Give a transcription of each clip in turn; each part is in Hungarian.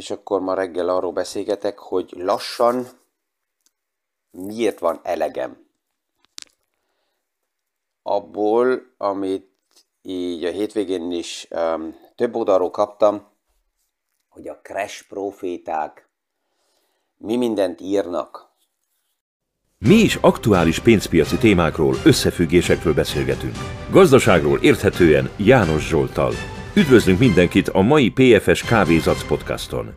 és akkor ma reggel arról beszélgetek, hogy lassan miért van elegem abból, amit így a hétvégén is több oldalról kaptam, hogy a crash proféták mi mindent írnak. Mi is aktuális pénzpiaci témákról, összefüggésekről beszélgetünk. Gazdaságról érthetően János Zsolttal. Üdvözlünk mindenkit a mai PFS Kávézac podcaston.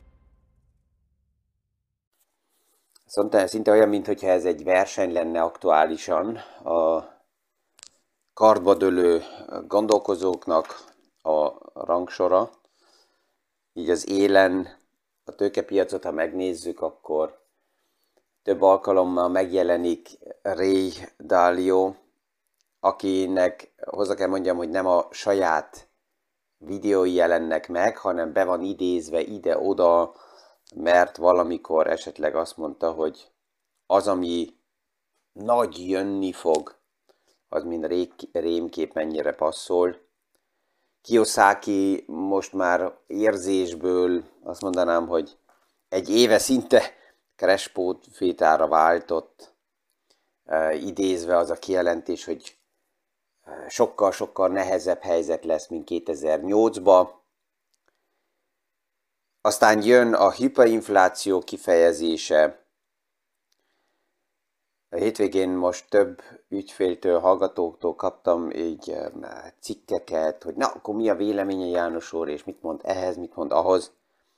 Szinte olyan, mintha ez egy verseny lenne aktuálisan a kardba dőlő gondolkozóknak a rangsora. Így az élen a tőkepiacot, ha megnézzük, akkor több alkalommal megjelenik Ray Dalio, akinek hozzá kell mondjam, hogy nem a saját videói jelennek meg, hanem be van idézve ide-oda, mert valamikor esetleg azt mondta, hogy az, ami nagy jönni fog, az mind rémkép mennyire passzol. Kiyosaki most már érzésből azt mondanám, hogy egy éve szinte crash profétára váltott, idézve az a kijelentés, hogy sokkal-sokkal nehezebb helyzet lesz, mint 2008-ban. Aztán jön a hiperinfláció kifejezése. A hétvégén most több ügyféltől, hallgatóktól kaptam így cikkeket, hogy na, akkor mi a véleménye János úr, és mit mond ehhez, mit mond ahhoz.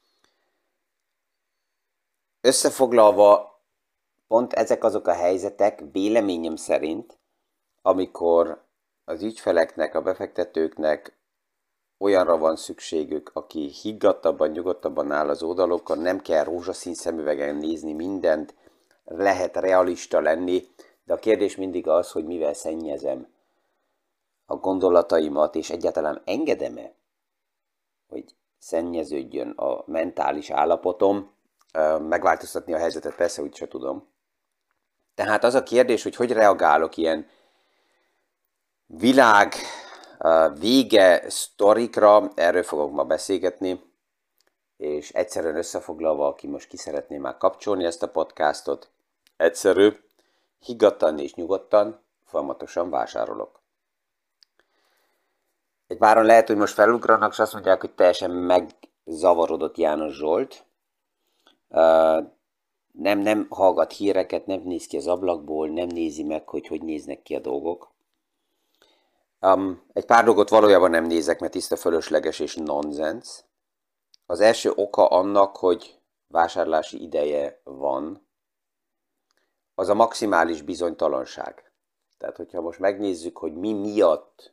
Összefoglalva, pont ezek azok a helyzetek, véleményem szerint, amikor az ügyfeleknek, a befektetőknek olyanra van szükségük, aki higgadtabban, nyugodtabban áll az oldalokon, nem kell rózsaszín szemüvegen nézni mindent, lehet realista lenni, de a kérdés mindig az, hogy mivel szennyezem a gondolataimat, és egyáltalán engedem-e, hogy szennyeződjön a mentális állapotom. Megváltoztatni a helyzetet persze úgyse tudom. Tehát az a kérdés, hogy reagálok ilyen világ vége sztorikra, erről fogok ma beszélgetni, és egyszerűen összefoglalva, aki most ki szeretné már kapcsolni ezt a podcastot, egyszerű, higgadtan és nyugodtan, folyamatosan vásárolok. Egy páran lehet, hogy most felugranak, és azt mondják, hogy teljesen megzavarodott János Zsolt, nem hallgat híreket, nem néz ki az ablakból, nem nézi meg, hogy néznek ki a dolgok. Egy pár dolgot valójában nem nézek, mert tiszta fölösleges és nonsens. Az első oka annak, hogy vásárlási ideje van, az a maximális bizonytalanság. Tehát, hogyha most megnézzük, hogy mi miatt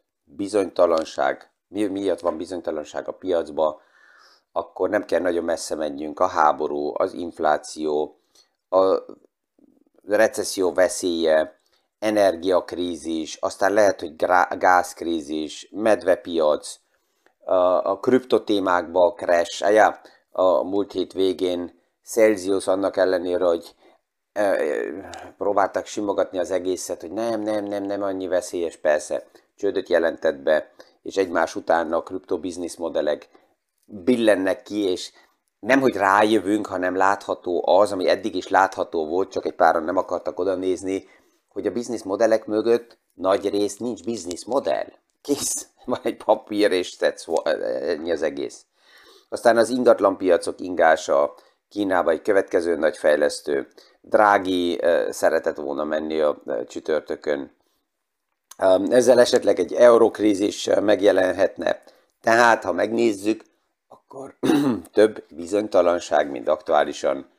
van bizonytalanság a piacba, akkor nem kell nagyon messze menjünk. A háború, az infláció, a recesszió veszélye, energiakrízis, aztán lehet, hogy gázkrízis, medvepiac, a kriptotémákba crash. A múlt hét végén Celsius annak ellenére, hogy próbáltak simogatni az egészet, hogy nem annyi veszélyes, persze, csődöt jelentett be, és egymás után a kriptobiznisz modellek billennek ki, és nemhogy rájövünk, hanem látható az, ami eddig is látható volt, csak egy páran nem akartak oda nézni, hogy a business modellek mögött nagy rész nincs business modell. Kész, van egy papír, és ennyi az egész. Aztán az ingatlanpiacok ingása, Kínába egy következő nagy fejlesztő, Draghi szeretett volna menni a csütörtökön. Ezzel esetleg egy eurokrízis megjelenhetne. Tehát, ha megnézzük, akkor több bizonytalanság, mint aktuálisan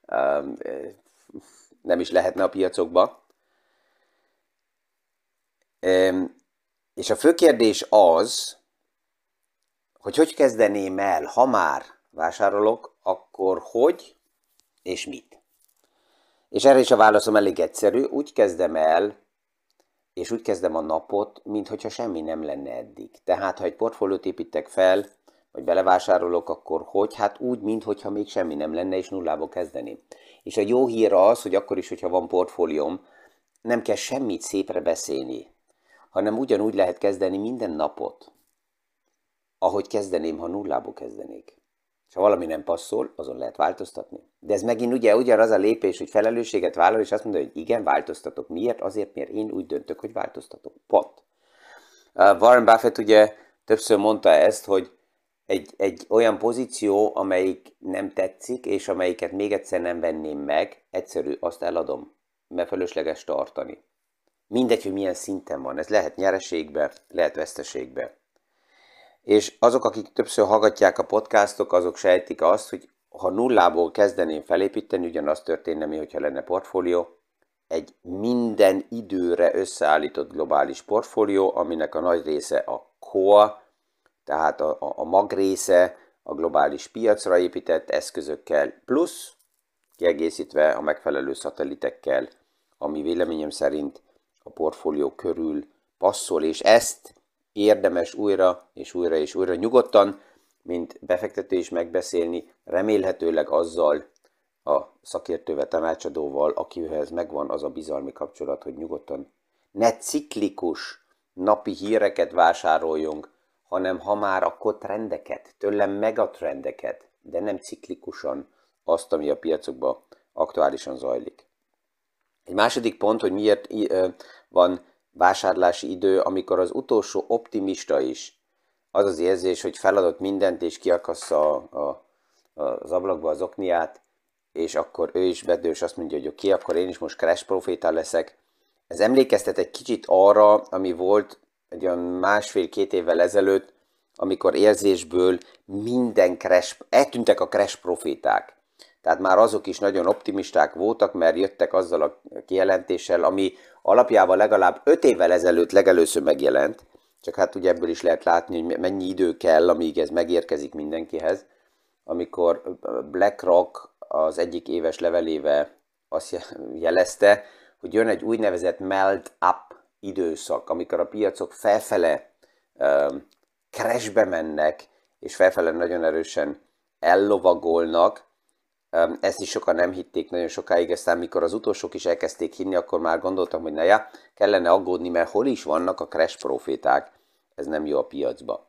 nem is lehetne a piacokba. És a fő kérdés az, hogy kezdeném el, ha már vásárolok, akkor hogy és mit. És erre is a válaszom elég egyszerű, úgy kezdem el, és úgy kezdem a napot, mintha semmi nem lenne eddig. Tehát, ha egy portfóliót építek fel, vagy belevásárolok, akkor hogy? Hát úgy, mintha még semmi nem lenne, és nullából kezdeném. És a jó hír az, hogy akkor is, hogyha van portfólióm, nem kell semmit szépre beszélni, hanem ugyanúgy lehet kezdeni minden napot, ahogy kezdeném, ha nullából kezdenék. És ha valami nem passzol, azon lehet változtatni. De ez megint ugye ugyanaz a lépés, hogy felelősséget vállal, és azt mondja, hogy igen, változtatok. Miért? Azért, mert én úgy döntök, hogy változtatok. Pont. Warren Buffett ugye többször mondta ezt, hogy egy olyan pozíció, amelyik nem tetszik, és amelyiket még egyszer nem venném meg, egyszerű, azt eladom, mert fölösleges tartani. Mindegy, hogy milyen szinten van. Ez lehet nyereségbe, lehet veszteségbe. És azok, akik többször hallgatják a podcastok, azok sejtik azt, hogy ha nullából kezdeném felépíteni, ugyanaz történne, mi, hogyha lenne portfólió, egy minden időre összeállított globális portfólió, aminek a nagy része a core, tehát a magrésze a globális piacra épített eszközökkel, plusz kiegészítve a megfelelő szatelitekkel, ami véleményem szerint a portfólió körül passzol, és ezt érdemes újra és újra és újra nyugodtan, mint befektető is megbeszélni, remélhetőleg azzal a szakértővel, tanácsadóval, akihez megvan az a bizalmi kapcsolat, hogy nyugodtan ne ciklikus napi híreket vásároljunk, hanem ha már, akkor trendeket, tőlem megatrendeket, de nem ciklikusan azt, ami a piacokban aktuálisan zajlik. Egy második pont, hogy miért van vásárlási idő, amikor az utolsó optimista is az az érzés, hogy feladott mindent és kiakassza az ablakba az okniát, és akkor ő is bedős, azt mondja, hogy oké, akkor én is most crash proféta leszek. Ez emlékeztet egy kicsit arra, ami volt egy olyan 1,5-2 évvel ezelőtt, amikor érzésből minden eltűntek a crash proféták. Tehát már azok is nagyon optimisták voltak, mert jöttek azzal a kijelentéssel, ami alapjában legalább 5 évvel ezelőtt legelőször megjelent, csak hát ugye ebből is lehet látni, hogy mennyi idő kell, amíg ez megérkezik mindenkihez, amikor BlackRock az egyik éves levelével azt jelezte, hogy jön egy úgynevezett melt-up időszak, amikor a piacok felfele crashbe mennek, és felfele nagyon erősen ellovagolnak. Ezt is sokan nem hitték nagyon sokáig, aztán mikor az utolsók is elkezdték hinni, akkor már gondoltam, hogy naja, kellene aggódni, mert hol is vannak a crash proféták, ez nem jó a piacba.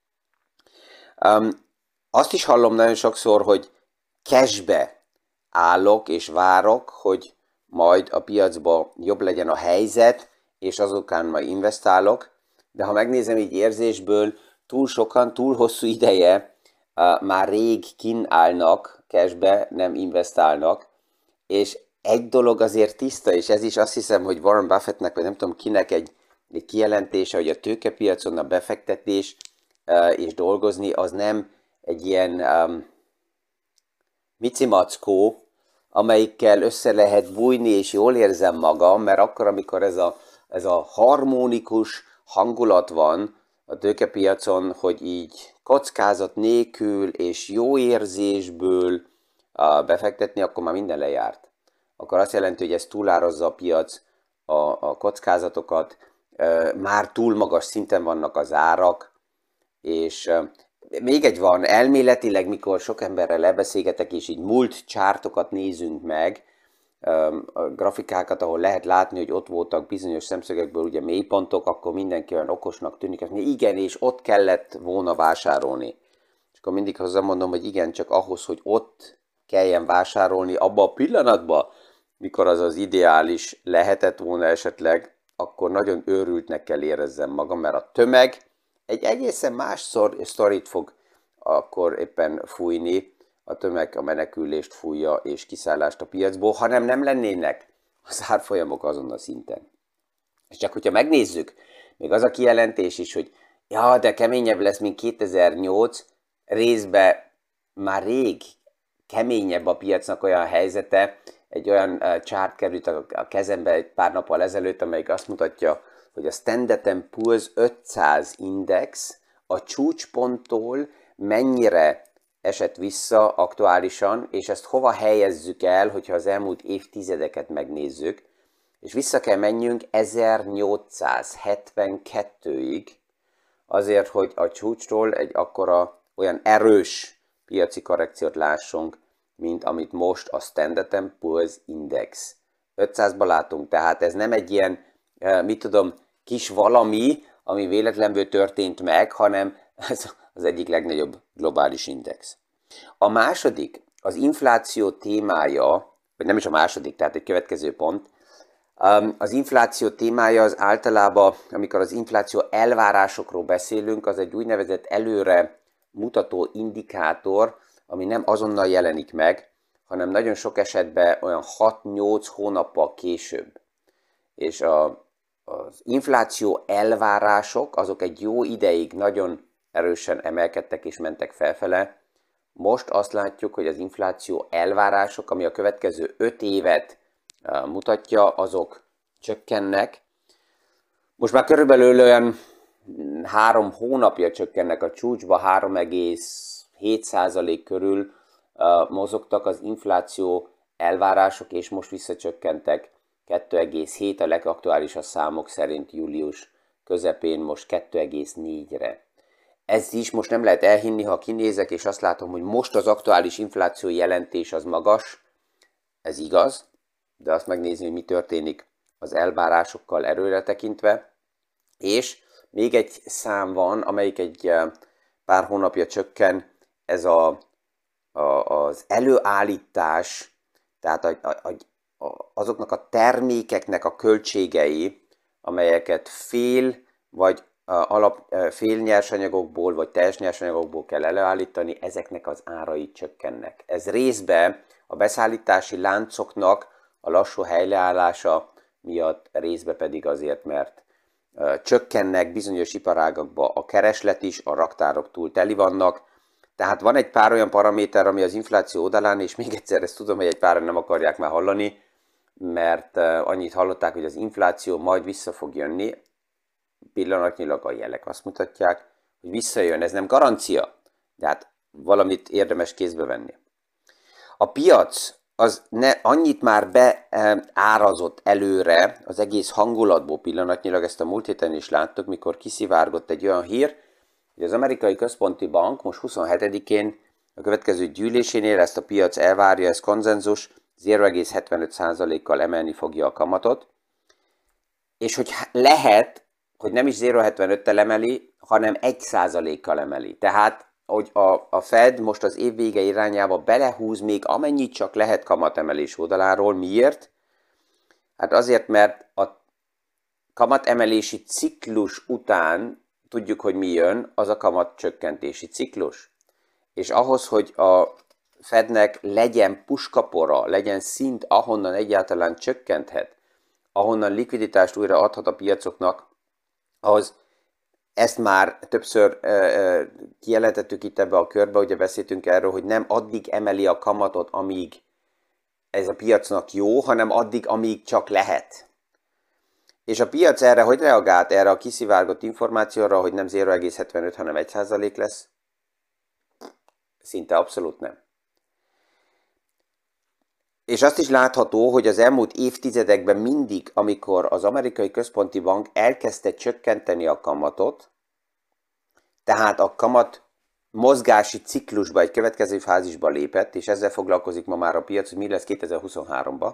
Azt is hallom nagyon sokszor, hogy cashbe állok és várok, hogy majd a piacban jobb legyen a helyzet, és azokán majd investálok, de ha megnézem így érzésből, túl sokan, túl hosszú ideje már rég állnak cashbe, nem investálnak, és egy dolog azért tiszta, és ez is azt hiszem, hogy Warren Buffettnek, vagy nem tudom kinek egy kijelentése, hogy a tőkepiacon a befektetés és dolgozni, az nem egy ilyen micimackó, amelyikkel össze lehet bújni, és jól érzem magam, mert akkor, amikor ez a harmonikus hangulat van a tőkepiacon, hogy így kockázat nélkül és jó érzésből befektetni, akkor már minden lejárt. Akkor azt jelenti, hogy ez túlárazza a piac a kockázatokat, már túl magas szinten vannak az árak, és még egy van, elméletileg, mikor sok emberrel lebeszélgetek, és így múlt csártokat nézünk meg, a grafikákat, ahol lehet látni, hogy ott voltak bizonyos szemszögekből ugye mélypontok, akkor mindenki olyan okosnak tűnik, hogy igen, és ott kellett volna vásárolni. És akkor mindig hozzám hogy igen, csak ahhoz, hogy ott kelljen vásárolni, abban a pillanatban, mikor az az ideális lehetett volna esetleg, akkor nagyon őrültnek kell érezzem magam, mert a tömeg egy egészen más sztorit fog akkor éppen fújni, a tömeg a menekülést fújja és kiszállást a piacból, hanem nem lennének az árfolyamok azon a szinten. És csak hogyha megnézzük, még az a kijelentés is, hogy ja, de keményebb lesz, mint 2008, részben már rég keményebb a piacnak olyan helyzete, egy olyan chart került a kezembe egy pár nappal ezelőtt, amelyik azt mutatja, hogy a Standard & Poor's 500 index a csúcsponttól mennyire esett vissza aktuálisan, és ezt hova helyezzük el, hogyha az elmúlt évtizedeket megnézzük, és vissza kell menjünk 1872-ig, azért, hogy a csúcstól egy akkora olyan erős piaci korrekciót lássunk, mint amit most a Standard & Poor's Index. 500-ba látunk, tehát ez nem egy ilyen, kis valami, ami véletlenből történt meg, hanem ez az egyik legnagyobb globális index. A második, az infláció témája, vagy nem is a második, tehát egy következő pont, az infláció témája az általában, amikor az infláció elvárásokról beszélünk, az egy úgynevezett előre mutató indikátor, ami nem azonnal jelenik meg, hanem nagyon sok esetben olyan 6-8 hónappal később. És az infláció elvárások, azok egy jó ideig nagyon erősen emelkedtek és mentek felfele. Most azt látjuk, hogy az infláció elvárások, ami a következő 5 évet mutatja, azok csökkennek. Most már körülbelül olyan 3 hónapja csökkennek a csúcsba, 3,7% körül mozogtak az infláció elvárások, és most visszacsökkentek 2,7, a legaktuálisabb számok szerint július közepén most 2,4-re. Ez is most nem lehet elhinni, ha kinézek, és azt látom, hogy most az aktuális infláció jelentés az magas, ez igaz, de azt megnézni, hogy mi történik az elvárásokkal előre tekintve. És még egy szám van, amelyik egy pár hónapja csökken, ez az előállítás, tehát azoknak a termékeknek a költségei, amelyeket fél nyersanyagokból vagy teljes nyersanyagokból kell előállítani, ezeknek az árai csökkennek. Ez részben a beszállítási láncoknak a lassú helyreállása miatt, részben pedig azért, mert csökkennek bizonyos iparágakban a kereslet is, a raktárok túl teli vannak. Tehát van egy pár olyan paraméter, ami az infláció oldalán, és még egyszer ezt tudom, hogy egy páran nem akarják már hallani, mert annyit hallották, hogy az infláció majd vissza fog jönni. Pillanatnyilag a jelek azt mutatják, hogy visszajön. Ez nem garancia, de hát valamit érdemes kézbe venni. A piac az annyit már beárazott előre az egész hangulatból pillanatnyilag, ezt a múlt héten is láttuk, mikor kiszivárgott egy olyan hír, hogy az Amerikai Központi Bank most 27-én a következő gyűlésénél, ezt a piac elvárja, ez konszenzus, 0,75%-kal emelni fogja a kamatot, és hogy lehet, hogy nem is 0,75-tel emeli, hanem 1%-kal emeli. Tehát, hogy a Fed most az év vége irányába belehúz még amennyit csak lehet kamatemelés oldaláról. Miért? Hát azért, mert a kamatemelési ciklus után tudjuk, hogy mi jön, az a kamatcsökkentési ciklus. És ahhoz, hogy a Fednek legyen puskapora, legyen szint, ahonnan egyáltalán csökkenthet, ahonnan likviditást újra adhat a piacoknak, ahhoz ezt már többször kijelentettük itt ebbe a körbe, ugye beszéltünk erről, hogy nem addig emeli a kamatot, amíg ez a piacnak jó, hanem addig, amíg csak lehet. És a piac erre hogy reagált, erre a kiszivárgott információra, hogy nem 0,75, hanem 1% lesz? Szinte abszolút nem. És azt is látható, hogy az elmúlt évtizedekben mindig, amikor az Amerikai Központi Bank elkezdte csökkenteni a kamatot, tehát a kamat mozgási ciklusba, egy következő fázisba lépett, és ezzel foglalkozik ma már a piac, hogy mi lesz 2023-ban,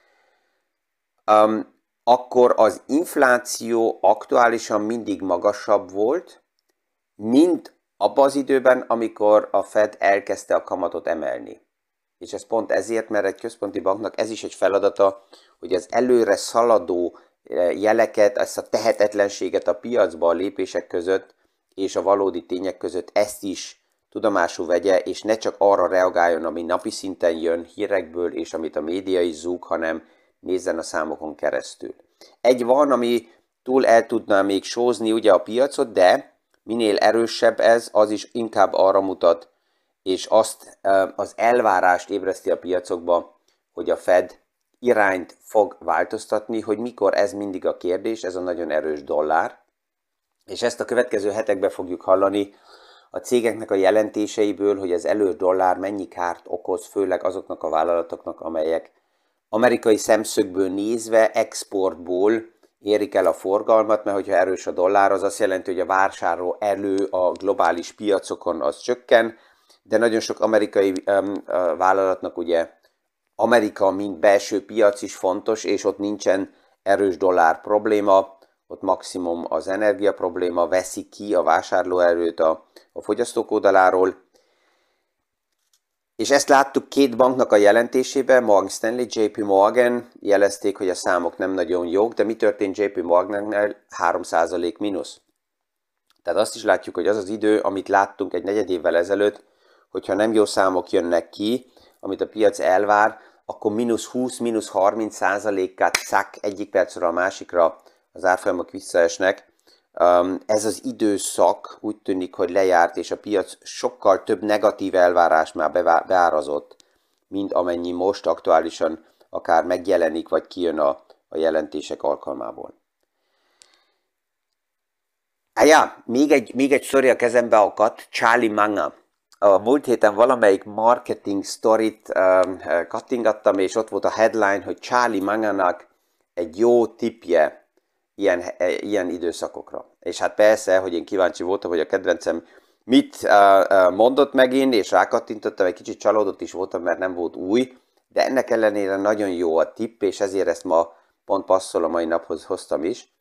akkor az infláció aktuálisan mindig magasabb volt, mint abban az időben, amikor a Fed elkezdte a kamatot emelni. És ez pont ezért, mert egy központi banknak ez is egy feladata, hogy az előre szaladó jeleket, ezt a tehetetlenséget a piacban a lépések között és a valódi tények között ezt is tudomásul vegye, és ne csak arra reagáljon, ami napi szinten jön hírekből, és amit a média is zúg, hanem nézzen a számokon keresztül. Egy van, ami túl el tudná még sózni ugye a piacot, de minél erősebb ez, az is inkább arra mutat, és azt az elvárást ébreszti a piacokba, hogy a Fed irányt fog változtatni, hogy mikor, ez mindig a kérdés, ez a nagyon erős dollár. És ezt a következő hetekben fogjuk hallani a cégeknek a jelentéseiből, hogy az erős dollár mennyi kárt okoz, főleg azoknak a vállalatoknak, amelyek amerikai szemszögből nézve exportból érik el a forgalmat, mert hogyha erős a dollár, az azt jelenti, hogy a vásárló erő a globális piacokon az csökken, de nagyon sok amerikai vállalatnak ugye Amerika, mint belső piac is fontos, és ott nincsen erős dollár probléma, ott maximum az energia probléma veszi ki a vásárlóerőt a fogyasztók oldaláról. És ezt láttuk két banknak a jelentésében, Morgan Stanley, JP Morgan jelezték, hogy a számok nem nagyon jók, de mi történt JP Morgannál? 3% mínusz. Tehát azt is látjuk, hogy az az idő, amit láttunk egy negyed évvel ezelőtt, hogyha nem jó számok jönnek ki, amit a piac elvár, akkor mínusz 20, mínusz 30%-át szák egyik percre a másikra az árfolyamok visszaesnek. Ez az időszak úgy tűnik, hogy lejárt, és a piac sokkal több negatív elvárás már beárazott, mint amennyi most aktuálisan akár megjelenik, vagy kijön a jelentések alkalmából. Még egy sztori a kezembe akadt, Charlie Munger. A múlt héten valamelyik marketing sztorit kattingattam, és ott volt a headline, hogy Charlie Mungernak egy jó tippje ilyen időszakokra. És hát persze, hogy én kíváncsi voltam, hogy a kedvencem mit mondott megint, és rákattintottam, egy kicsit csalódott is voltam, mert nem volt új, de ennek ellenére nagyon jó a tipp, és ezért ezt ma pont passzol a mai naphoz hoztam is.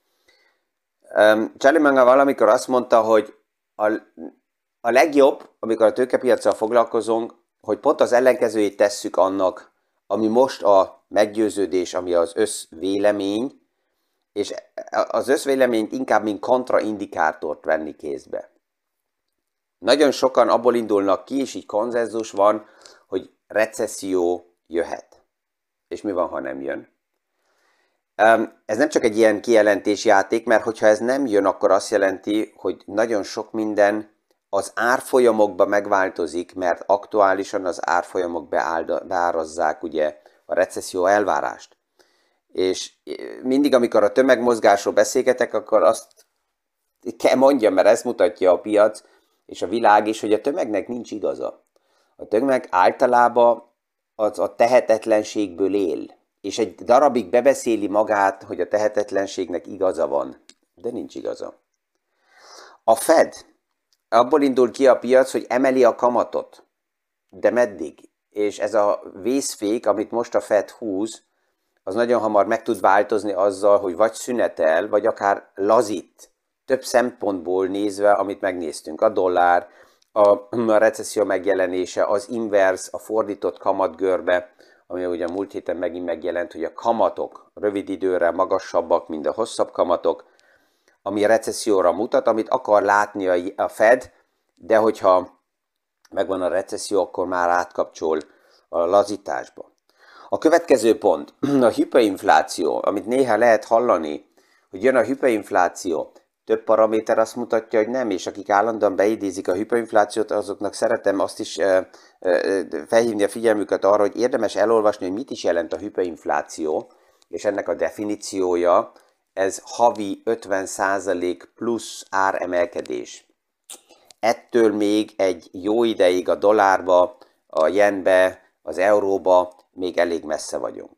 Charlie Munger valamikor azt mondta, hogy a legjobb, amikor a tőkepiacsal foglalkozunk, hogy pont az ellenkezőjét tesszük annak, ami most a meggyőződés, ami az összvélemény, és az összvéleményt inkább mint kontraindikátort venni kézbe. Nagyon sokan abból indulnak ki, és így konszenzus van, hogy recesszió jöhet. És mi van, ha nem jön? Ez nem csak egy ilyen kijelentésjáték, mert hogyha ez nem jön, akkor azt jelenti, hogy nagyon sok minden az árfolyamokban megváltozik, mert aktuálisan az árfolyamok beárazzák ugye a recesszió elvárást. És mindig, amikor a tömegmozgásról beszélgetek, akkor azt kell mondjam, mert ezt mutatja a piac és a világ is, hogy a tömegnek nincs igaza. A tömeg általában a tehetetlenségből él. És egy darabig bebeszéli magát, hogy a tehetetlenségnek igaza van, de nincs igaza. A Fed abból indul ki a piac, hogy emeli a kamatot, de meddig? És ez a vészfék, amit most a Fed húz, az nagyon hamar meg tud változni azzal, hogy vagy szünetel, vagy akár lazít. Több szempontból nézve, amit megnéztünk, a dollár, a recesszió megjelenése, az inverse, a fordított kamatgörbe, ami ugye a múlt héten megint megjelent, hogy a kamatok rövid időre magasabbak, mint a hosszabb kamatok, ami a recesszióra mutat, amit akar látni a Fed, de hogyha megvan a recesszió, akkor már átkapcsol a lazításba. A következő pont, a hiperinfláció, amit néha lehet hallani, hogy jön a hiperinfláció. Több paraméter azt mutatja, hogy nem, és akik állandóan beidézik a hiperinflációt, azoknak szeretem azt is felhívni a figyelmüket arra, hogy érdemes elolvasni, hogy mit is jelent a hiperinfláció, és ennek a definíciója, ez havi 50% plusz áremelkedés. Ettől még egy jó ideig a dollárba, a jenbe, az euróba még elég messze vagyunk.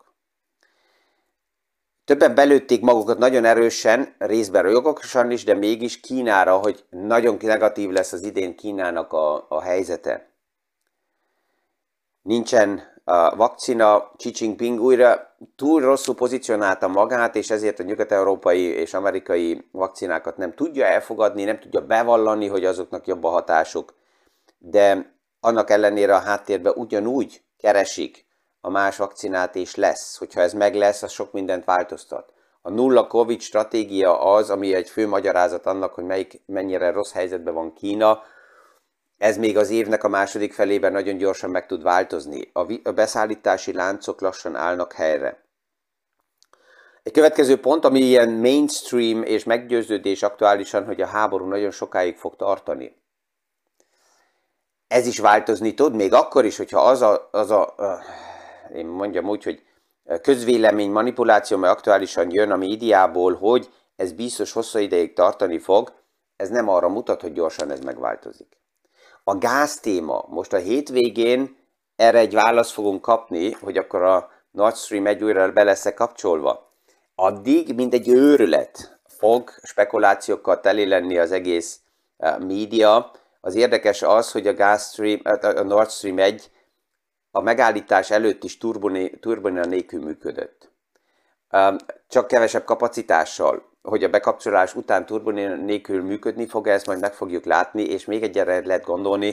Többen belőtték magukat nagyon erősen, részben jogosan is, de mégis Kínára, hogy nagyon negatív lesz az idén Kínának a helyzete. Nincsen vakcina, Xi Jinping újra túl rosszul pozícionálta magát, és ezért a nyugat-európai és amerikai vakcinákat nem tudja elfogadni, nem tudja bevallani, hogy azoknak jobb a hatásuk, de annak ellenére a háttérben ugyanúgy keresik a más vakcinát, és lesz. Hogyha ez meg lesz, az sok mindent változtat. A nulla Covid stratégia az, ami egy fő magyarázat annak, hogy mennyire rossz helyzetben van Kína. Ez még az évnek a második felében nagyon gyorsan meg tud változni. A beszállítási láncok lassan állnak helyre. Egy következő pont, ami ilyen mainstream és meggyőződés aktuálisan, hogy a háború nagyon sokáig fog tartani. Ez is változni tud, még akkor is, hogyha én mondjam úgy, hogy közvélemény manipuláció, mert aktuálisan jön a médiából, hogy ez biztos hosszú ideig tartani fog, ez nem arra mutat, hogy gyorsan ez megváltozik. A gáz téma, most a hétvégén erre egy választ fogunk kapni, hogy akkor a Nord Stream 1 újra be lesz-e kapcsolva. Addig, mint egy őrület fog spekulációkkal teli lenni az egész média. Az érdekes az, hogy a Nord Stream 1 a megállítás előtt is turbina nélkül működött. Csak kevesebb kapacitással, hogy a bekapcsolás után turbina nélkül működni fog, ezt majd meg fogjuk látni, és még egyre lehet gondolni,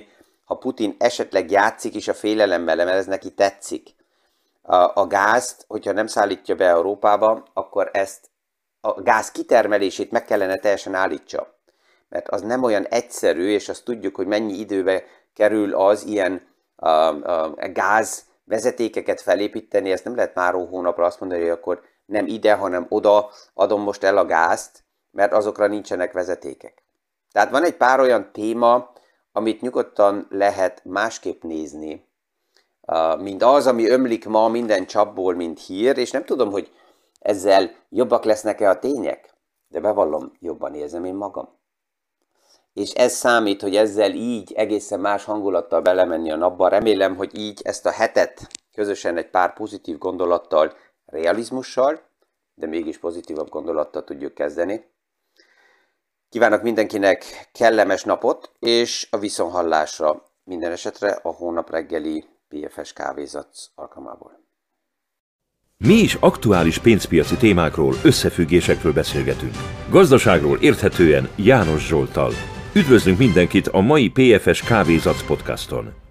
ha Putin esetleg játszik is a félelemmel, mert ez neki tetszik, a gázt, hogyha nem szállítja be Európába, akkor ezt a gáz kitermelését meg kellene teljesen állítsa. Mert az nem olyan egyszerű, és azt tudjuk, hogy mennyi időbe kerül az ilyen gáz vezetékeket felépíteni, ezt nem lehet már hónapra azt mondani, hogy akkor nem ide, hanem oda adom most el a gázt, mert azokra nincsenek vezetékek. Tehát van egy pár olyan téma, amit nyugodtan lehet másképp nézni, mint az, ami ömlik ma minden csapból, mint hír, és nem tudom, hogy ezzel jobbak lesznek-e a tények, de bevallom, jobban érzem én magam. És ez számít, hogy ezzel így egészen más hangulattal belemenni a napba. Remélem, hogy így ezt a hetet közösen egy pár pozitív gondolattal, realizmussal, de mégis pozitívabb gondolattal tudjuk kezdeni. Kívánok mindenkinek kellemes napot, és a viszonthallásra minden esetre a hónap reggeli PFS kávézac alkalmából. Mi is aktuális pénzpiaci témákról, összefüggésekről beszélgetünk. Gazdaságról érthetően János Zsolttal. Üdvözlünk mindenkit a mai PFS Kávézac podcaston!